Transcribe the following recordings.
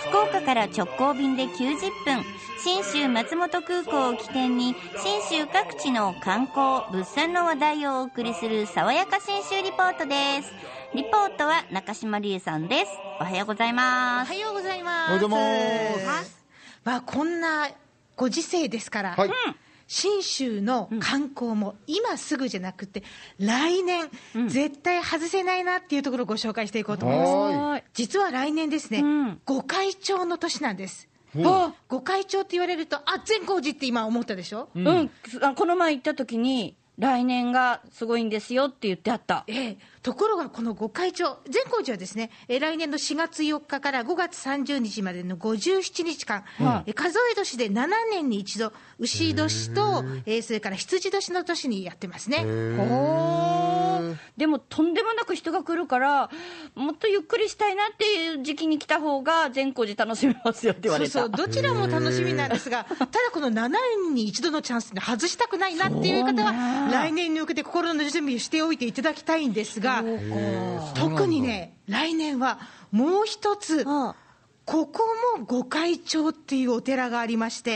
福岡から直行便で90分、信州松本空港を起点に信州各地の観光物産の話題をお送りする爽やか信州リポートです。リポートは中島理恵さんです。おはようございます。 おはようございます。 おはようございます。 こんなご時世ですから、 はい、 信州の観光も今すぐじゃなくて、来年、絶対外せないなっていうところをご紹介していこうと思います。実は来年ですね、御開帳の年なんです。御開帳って言われると、善光寺って今思ったでしょ。 この前行った時に来年がすごいんですよって言ってあった。 ところがこの御開帳、善光寺はですね、来年の4月4日から5月30日までの57日間、数え年で7年に一度、牛年と、それから羊年の年にやってますね。 でもとんでもなく人が来るから、もっとゆっくりしたいなっていう時期に来た方が善光寺楽しめますよって言われた。 そうどちらも楽しみなんですが、ただこの7年に一度のチャンスで外したくないなっていう方は、来年に向けて心の準備をしておいていただきたいんですが、特にね、来年はもう一つ、ここも御開帳っていうお寺がありまして、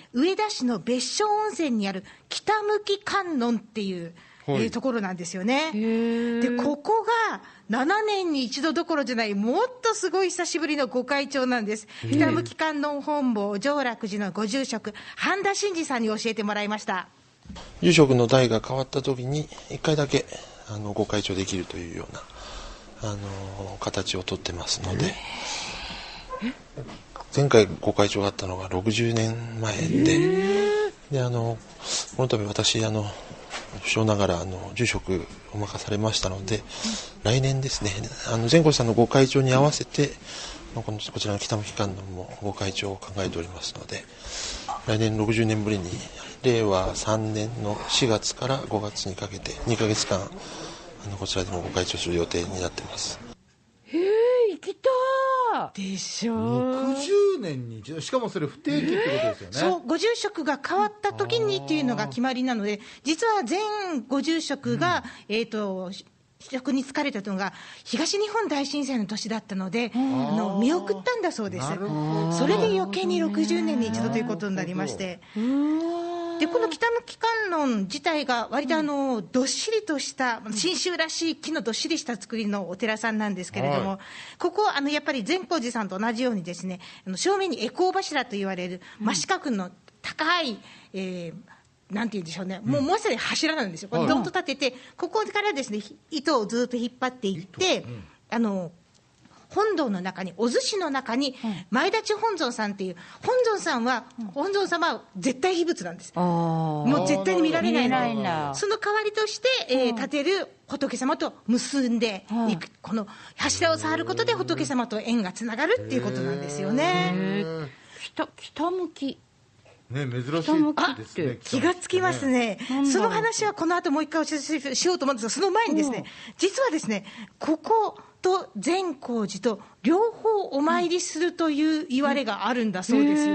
上田市の別所温泉にある北向観音っていうところなんですよね。でここが7年に一度どころじゃない、もっとすごい久しぶりの御開帳なんです。北向観音本坊常楽寺のご住職半田真二さんに教えてもらいました。 住職の代が変わった時に1回だけご開帳できるというような形をとってますので、前回ご開帳があったのが60年前で、この度私不詳ながら住職を任されましたので、来年ですね、善光さんのご開帳に合わせてこちらの北向観音もご開帳を考えておりますので、来年60年ぶりに令和3年の4月から5月にかけて2ヶ月間こちらでもご開帳する予定になっています。 行きたでしょう。60年に一度、しかもそれ不定期ってことですよね。 そう、ご住職が変わった時にっていうのが決まりなので、実は前ご住職が、職に就かれたのが東日本大震災の年だったので、見送ったんだそうです。それで余計に60年に一度ということになりまして、でこの北向観音自体が割とどっしりとした信州らしい木のどっしりした作りのお寺さんなんですけれども、ここやっぱり善光寺さんと同じようにですね、正面に回向柱と言われる真四角の高い、なんて言うんでしょうね、もうまさに柱なんですよ。これドンと立てて、ここからですね糸をずっと引っ張っていって、本堂の中に、お寿司の中に前立本尊さんっていう、本尊様は絶対秘仏なんです。もう絶対に見られないので、その代わりとして、立てる仏様と結んでいく、この柱を触ることで仏様と縁がつながるっていうことなんですよね。 北向きね、珍しいですね。 気がつきますね。その話はこの後もう一回お知らせしようと思うんですが、その前にですね、実はですね、ここと善光寺と両方お参りするという言われがあるんだそうですよ。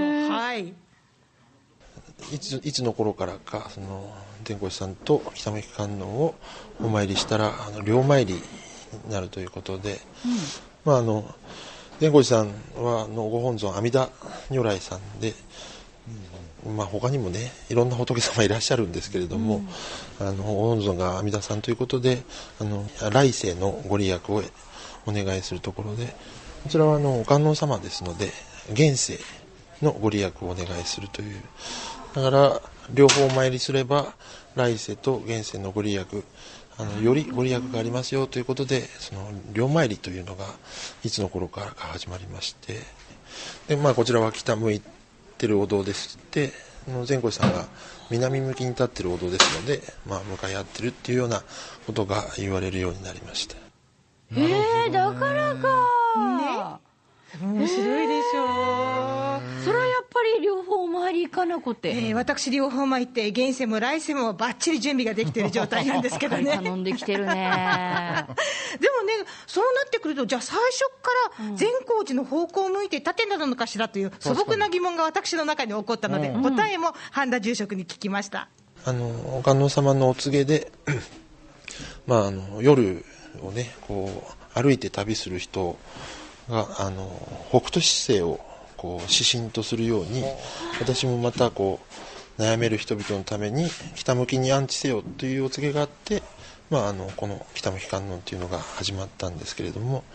いつの頃からか善光寺さんと北向観音をお参りしたら両参りになるということで、善光寺さんはご本尊阿弥陀如来さんで、他にもねいろんな仏様いらっしゃるんですけれども、ご本尊が阿弥陀さんということで来世のご利益をお願いするところで、こちらはお観音様ですので現世のご利益をお願いするという、だから両方お参りすれば来世と現世のご利益よりご利益がありますよということで、その両参りというのがいつの頃からか始まりまして、で、こちらは北向いてるお堂でして、善光寺さんが南向きに立ってるお堂ですので、向かい合ってるっていうようなことが言われるようになりました。 だからか面白いでしょそれはやっぱり両方お参り行かなくて、 私両方参って現世も来世もバッチリ準備ができている状態なんですけどね頼んできてるねでもね、 そうなってくると、じゃあ最初から善光寺の方向を向いて立てなのかしらという素朴な疑問が私の中に起こったので、答えも半田住職に聞きました。 お観音様のお告げで夜をねこう歩いて旅する人が北斗七星をこう指針とするように、私もまたこう悩める人々のために北向きに安置せよというお告げがあって、この北向き観音というのが始まったんですけれども、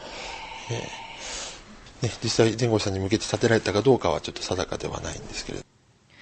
実際善光寺さんに向けて建てられたかどうかはちょっと定かではないんですけれど。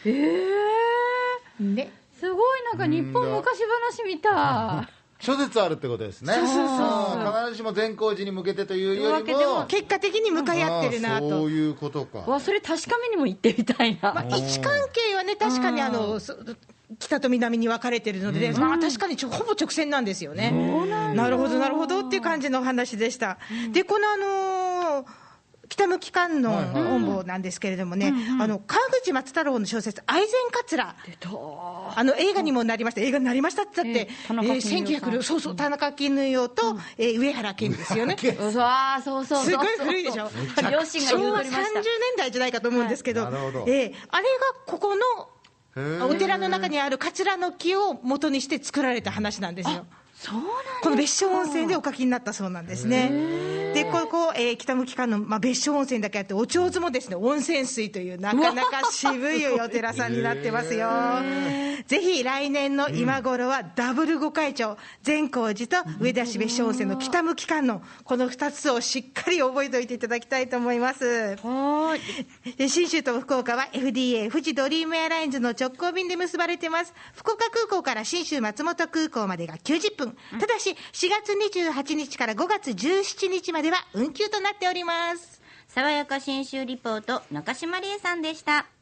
ね、 すごい、なんか日本昔話みたい。 諸説あるってことですね。必ずしも善光寺に向けてというよりも結果的に向かい合ってるなと。 そういうことか。 それ確かめにも行ってみたいな。 位置関係はね、確かに北と南に分かれてるので、確かにほぼ直線なんですよね。なるほどなるほどっていう感じのお話でした。で、この北向き観音本坊なんですけれどもね、川口松太郎の小説愛染かつら、映画にもなりました。映画になりましたって言って、1900田中絹代と上原健ですよね。すごい古いでしょ。 両親が言うとりました。 昭和30年代じゃないかと思うんですけど、あれがここのお寺の中にあるカツラの木を元にして作られた話なんですよ。この別所温泉でお書きになったそうなんですね。で、ここ、北向き観音、別所温泉だけあって、お経図もですね、温泉水というなかなか渋いお寺さんになってますよ。ぜひ来年の今頃はダブル御開帳、善光寺と上田市別所温泉の北向き観音、この2つをしっかり覚えておいていただきたいと思います。で、信州と福岡は FDA 富士ドリームエアラインズの直行便で結ばれてます。福岡空港から信州松本空港までが90分。ただし4月28日から5月17日までは運休となっております。 爽やか信州リポート、中島理恵さんでした。